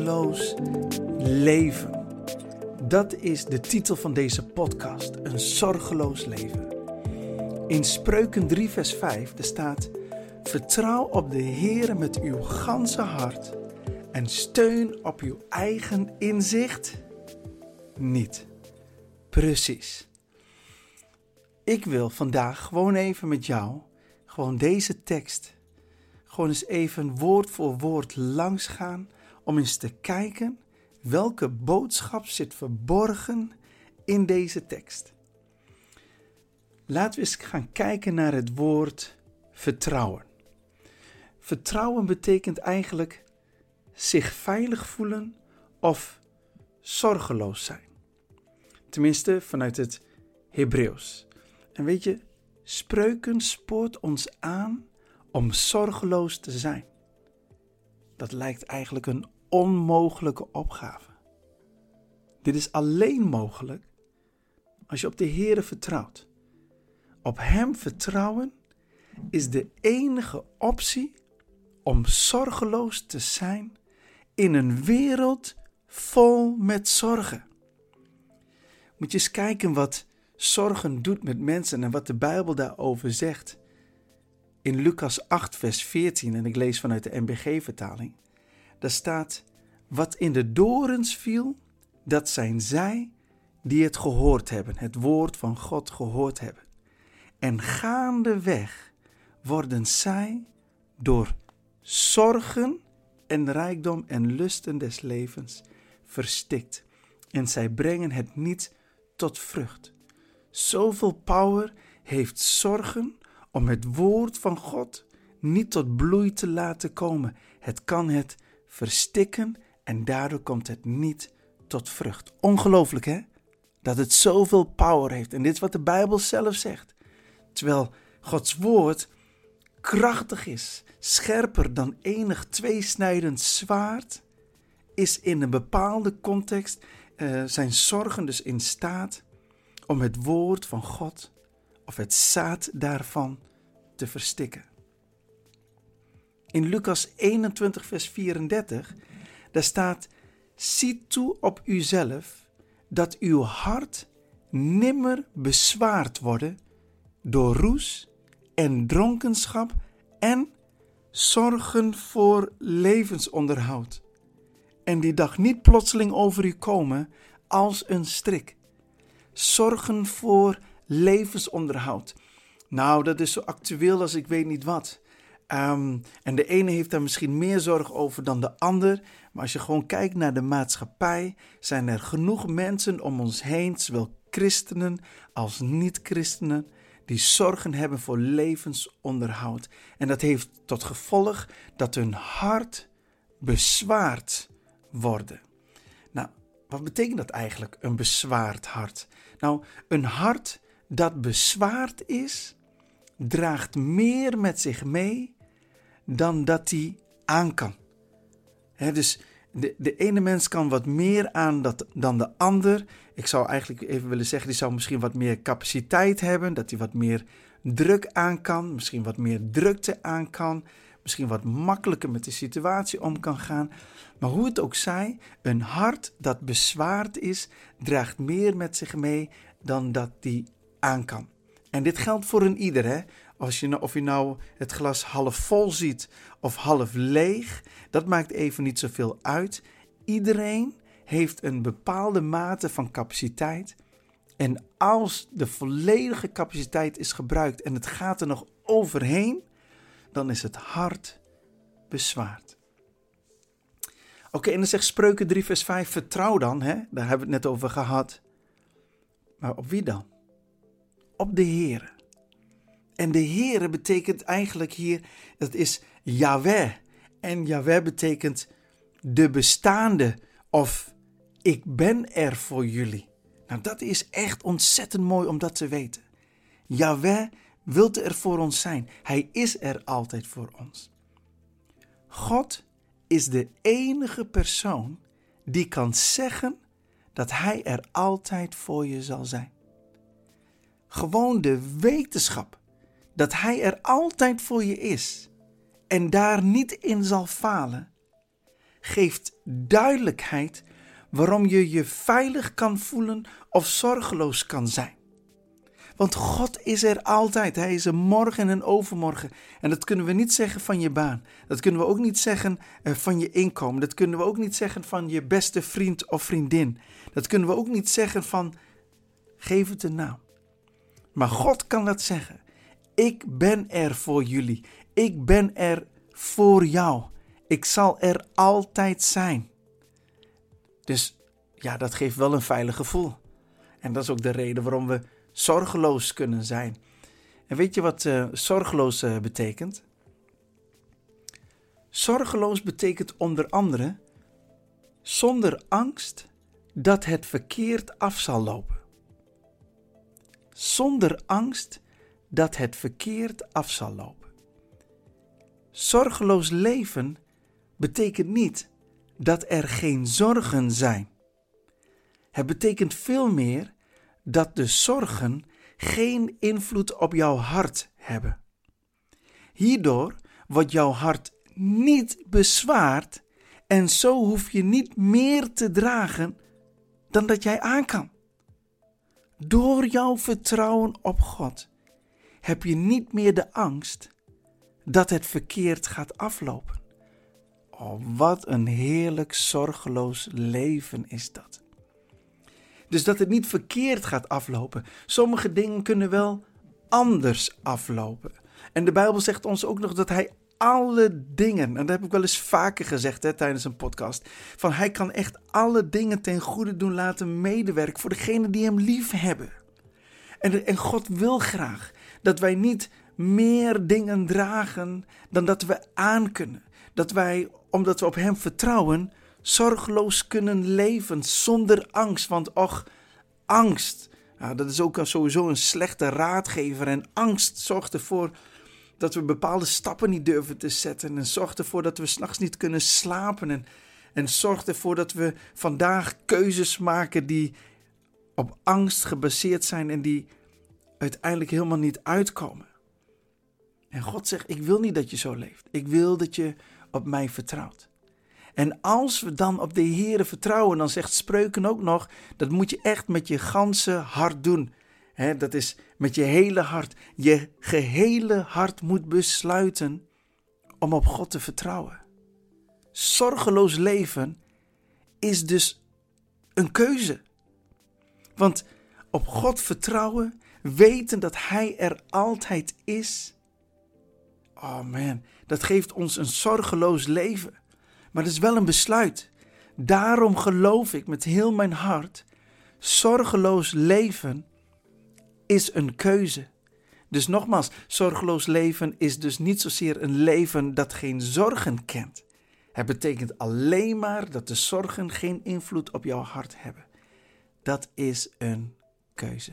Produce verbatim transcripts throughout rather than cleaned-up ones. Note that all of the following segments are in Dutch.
zorgeloos leven. Dat is de titel van deze podcast, een zorgeloos leven. In Spreuken drie vers vijf, daar staat: vertrouw op de Heere met uw ganse hart en steun op uw eigen inzicht niet. Precies. Ik wil vandaag gewoon even met jou, gewoon deze tekst, gewoon eens even woord voor woord langs gaan, om eens te kijken welke boodschap zit verborgen in deze tekst. Laten we eens gaan kijken naar het woord vertrouwen. Vertrouwen betekent eigenlijk zich veilig voelen of zorgeloos zijn. Tenminste vanuit het Hebreeuws. En weet je, Spreuken spoort ons aan om zorgeloos te zijn. Dat lijkt eigenlijk een onmogelijke opgave. Dit is alleen mogelijk als je op de Heere vertrouwt. Op Hem vertrouwen is de enige optie om zorgeloos te zijn in een wereld vol met zorgen. Moet je eens kijken wat zorgen doet met mensen en wat de Bijbel daarover zegt. In Lucas acht vers veertien, en ik lees vanuit de N B G-vertaling, daar staat: wat in de dorens viel, dat zijn zij die het gehoord hebben, het woord van God gehoord hebben. En gaandeweg worden zij door zorgen en rijkdom en lusten des levens verstikt. En zij brengen het niet tot vrucht. Zoveel power heeft zorgen om het woord van God niet tot bloei te laten komen. Het kan het verstikken en daardoor komt het niet tot vrucht. Ongelooflijk, hè? Dat het zoveel power heeft. En dit is wat de Bijbel zelf zegt. Terwijl Gods woord krachtig is, scherper dan enig tweesnijdend zwaard, is in een bepaalde context uh, zijn zorgen dus in staat om het woord van God of het zaad daarvan te verstikken. In Lucas eenentwintig vers vierendertig, daar staat: zie toe op uzelf dat uw hart nimmer bezwaard worden door roes en dronkenschap en zorgen voor levensonderhoud. En die dag niet plotseling over u komen als een strik. Zorgen voor levensonderhoud. Nou, dat is zo actueel als ik weet niet wat. Um, en de ene heeft daar misschien meer zorg over dan de ander. Maar als je gewoon kijkt naar de maatschappij, zijn er genoeg mensen om ons heen, zowel christenen als niet-christenen, die zorgen hebben voor levensonderhoud. En dat heeft tot gevolg dat hun hart bezwaard worden. Nou, wat betekent dat eigenlijk, een bezwaard hart? Nou, een hart dat bezwaard is, draagt meer met zich mee dan dat hij aan kan. He, dus de, de ene mens kan wat meer aan dat, dan de ander. Ik zou eigenlijk even willen zeggen, die zou misschien wat meer capaciteit hebben, dat hij wat meer druk aan kan, misschien wat meer drukte aan kan, misschien wat makkelijker met de situatie om kan gaan. Maar hoe het ook zij, een hart dat bezwaard is, draagt meer met zich mee dan dat die aan kan. En dit geldt voor een ieder, hè? Als je, of je nou het glas half vol ziet of half leeg, dat maakt even niet zoveel uit. Iedereen heeft een bepaalde mate van capaciteit. En als de volledige capaciteit is gebruikt en het gaat er nog overheen, dan is het hart bezwaard. Oké, okay, en dan zegt Spreuken drie vers vijf, vertrouw dan, hè? Daar hebben we het net over gehad. Maar op wie dan? Op de Heere. En de Heere betekent eigenlijk hier, dat is Yahweh. En Yahweh betekent de bestaande of ik ben er voor jullie. Nou, dat is echt ontzettend mooi om dat te weten. Yahweh wil er voor ons zijn. Hij is er altijd voor ons. God is de enige persoon die kan zeggen dat hij er altijd voor je zal zijn. Gewoon de wetenschap dat hij er altijd voor je is en daar niet in zal falen, geeft duidelijkheid waarom je je veilig kan voelen of zorgeloos kan zijn. Want God is er altijd. Hij is er morgen en overmorgen. En dat kunnen we niet zeggen van je baan. Dat kunnen we ook niet zeggen uh, van je inkomen. Dat kunnen we ook niet zeggen van je beste vriend of vriendin. Dat kunnen we ook niet zeggen van, geef het een naam. Maar God kan dat zeggen. Ik ben er voor jullie. Ik ben er voor jou. Ik zal er altijd zijn. Dus ja, dat geeft wel een veilig gevoel. En dat is ook de reden waarom we zorgeloos kunnen zijn. En weet je wat uh, zorgeloos uh, betekent? Zorgeloos betekent onder andere zonder angst dat het verkeerd af zal lopen. Zonder angst dat het verkeerd af zal lopen. Zorgeloos leven betekent niet dat er geen zorgen zijn. Het betekent veel meer dat de zorgen geen invloed op jouw hart hebben. Hierdoor wordt jouw hart niet bezwaard en zo hoef je niet meer te dragen dan dat jij aan kan. Door jouw vertrouwen op God heb je niet meer de angst dat het verkeerd gaat aflopen. Oh, wat een heerlijk zorgeloos leven is dat. Dus dat het niet verkeerd gaat aflopen. Sommige dingen kunnen wel anders aflopen. En de Bijbel zegt ons ook nog dat hij alle dingen, en dat heb ik wel eens vaker gezegd hè, tijdens een podcast, van hij kan echt alle dingen ten goede doen laten medewerken voor degenen die hem lief hebben. En, en God wil graag dat wij niet meer dingen dragen dan dat we aankunnen. Dat wij, omdat we op hem vertrouwen, zorgeloos kunnen leven zonder angst. Want och, angst, nou, dat is ook sowieso een slechte raadgever. En angst zorgt ervoor dat we bepaalde stappen niet durven te zetten. En zorgt ervoor dat we 's nachts niet kunnen slapen. En, en zorgt ervoor dat we vandaag keuzes maken die op angst gebaseerd zijn en die uiteindelijk helemaal niet uitkomen. En God zegt, ik wil niet dat je zo leeft. Ik wil dat je op mij vertrouwt. En als we dan op de Heere vertrouwen, dan zegt Spreuken ook nog, dat moet je echt met je ganse hart doen. He, dat is met je hele hart. Je gehele hart moet besluiten om op God te vertrouwen. Zorgeloos leven is dus een keuze. Want op God vertrouwen, weten dat Hij er altijd is. Oh man, dat geeft ons een zorgeloos leven. Maar dat is wel een besluit. Daarom geloof ik met heel mijn hart, zorgeloos leven is een keuze. Dus nogmaals, zorgeloos leven is dus niet zozeer een leven dat geen zorgen kent. Het betekent alleen maar dat de zorgen geen invloed op jouw hart hebben. Dat is een keuze.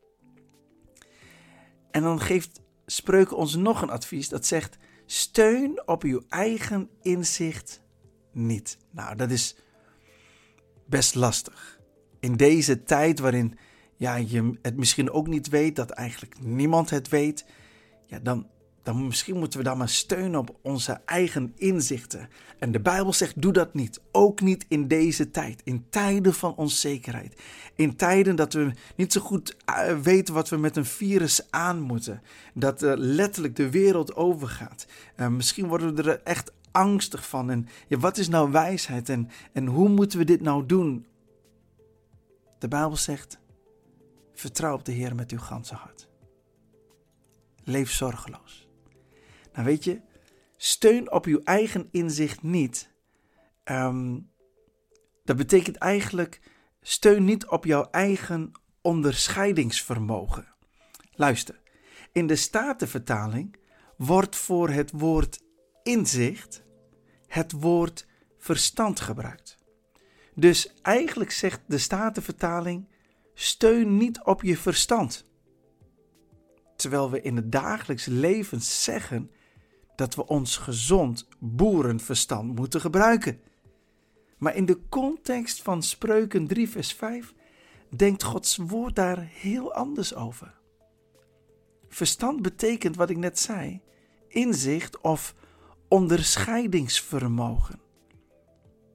En dan geeft Spreuken ons nog een advies dat zegt, steun op uw eigen inzicht niet. Nou, dat is best lastig. In deze tijd waarin ja, je het misschien ook niet weet, dat eigenlijk niemand het weet, ja, dan, dan misschien moeten we dan maar steunen op onze eigen inzichten. En de Bijbel zegt, doe dat niet. Ook niet in deze tijd. In tijden van onzekerheid. In tijden dat we niet zo goed weten wat we met een virus aan moeten. Dat uh, letterlijk de wereld overgaat. Uh, misschien worden we er echt angstig van. En ja, wat is nou wijsheid? En, en hoe moeten we dit nou doen? De Bijbel zegt, vertrouw op de Heer met uw ganse hart. Leef zorgeloos. Nou weet je, steun op uw eigen inzicht niet. Um, dat betekent eigenlijk, steun niet op jouw eigen onderscheidingsvermogen. Luister, in de Statenvertaling wordt voor het woord inzicht het woord verstand gebruikt. Dus eigenlijk zegt de Statenvertaling, steun niet op je verstand. Terwijl we in het dagelijks leven zeggen dat we ons gezond boerenverstand moeten gebruiken. Maar in de context van Spreuken drie vers vijf denkt Gods woord daar heel anders over. Verstand betekent wat ik net zei, inzicht of onderscheidingsvermogen.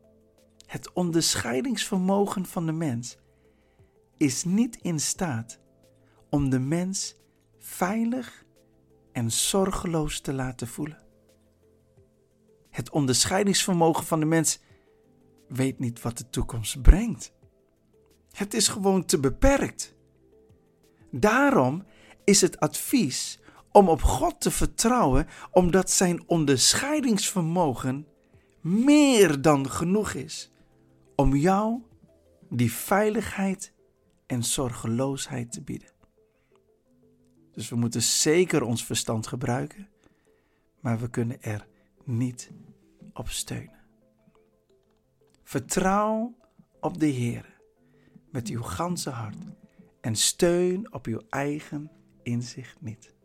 Het onderscheidingsvermogen van de mens is niet in staat om de mens veilig en zorgeloos te laten voelen. Het onderscheidingsvermogen van de mens weet niet wat de toekomst brengt. Het is gewoon te beperkt. Daarom is het advies om op God te vertrouwen, omdat zijn onderscheidingsvermogen meer dan genoeg is om jou die veiligheid en zorgeloosheid te bieden. Dus we moeten zeker ons verstand gebruiken, maar we kunnen er niet op steunen. Vertrouw op de Heer met uw ganse hart en steun op uw eigen inzicht niet.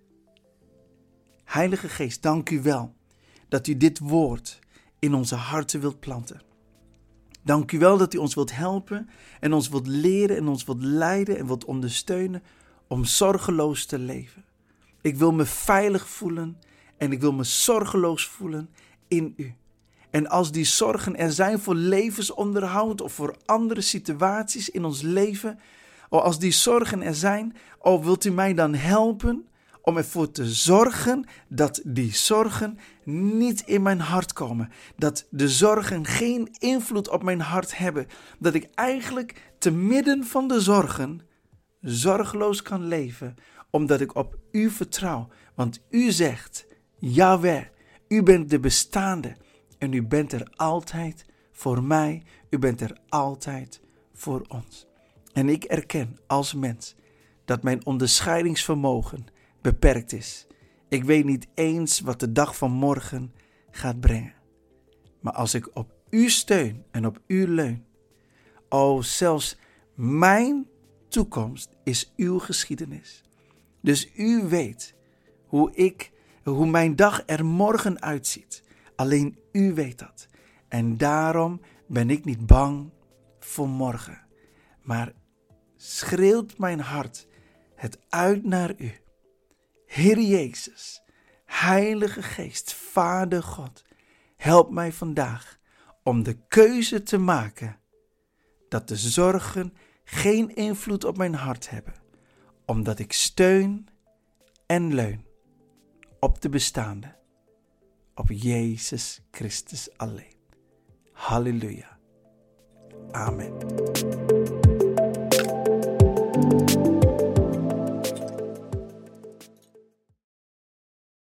Heilige Geest, dank u wel dat u dit woord in onze harten wilt planten. Dank u wel dat u ons wilt helpen en ons wilt leren en ons wilt leiden en wilt ondersteunen om zorgeloos te leven. Ik wil me veilig voelen en ik wil me zorgeloos voelen in u. En als die zorgen er zijn voor levensonderhoud of voor andere situaties in ons leven, of als die zorgen er zijn, of wilt u mij dan helpen om ervoor te zorgen dat die zorgen niet in mijn hart komen. Dat de zorgen geen invloed op mijn hart hebben. Dat ik eigenlijk te midden van de zorgen zorgeloos kan leven, omdat ik op u vertrouw. Want u zegt, Jahweh, u bent de bestaande en u bent er altijd voor mij. U bent er altijd voor ons. En ik erken als mens dat mijn onderscheidingsvermogen beperkt is. Ik weet niet eens wat de dag van morgen gaat brengen. Maar als ik op u steun en op u leun, oh, zelfs mijn toekomst is uw geschiedenis. Dus u weet hoe ik, hoe mijn dag er morgen uitziet. Alleen u weet dat. En daarom ben ik niet bang voor morgen. Maar schreeuwt mijn hart het uit naar u. Heer Jezus, Heilige Geest, Vader God, help mij vandaag om de keuze te maken dat de zorgen geen invloed op mijn hart hebben, omdat ik steun en leun op de bestaande, op Jezus Christus alleen. Halleluja. Amen.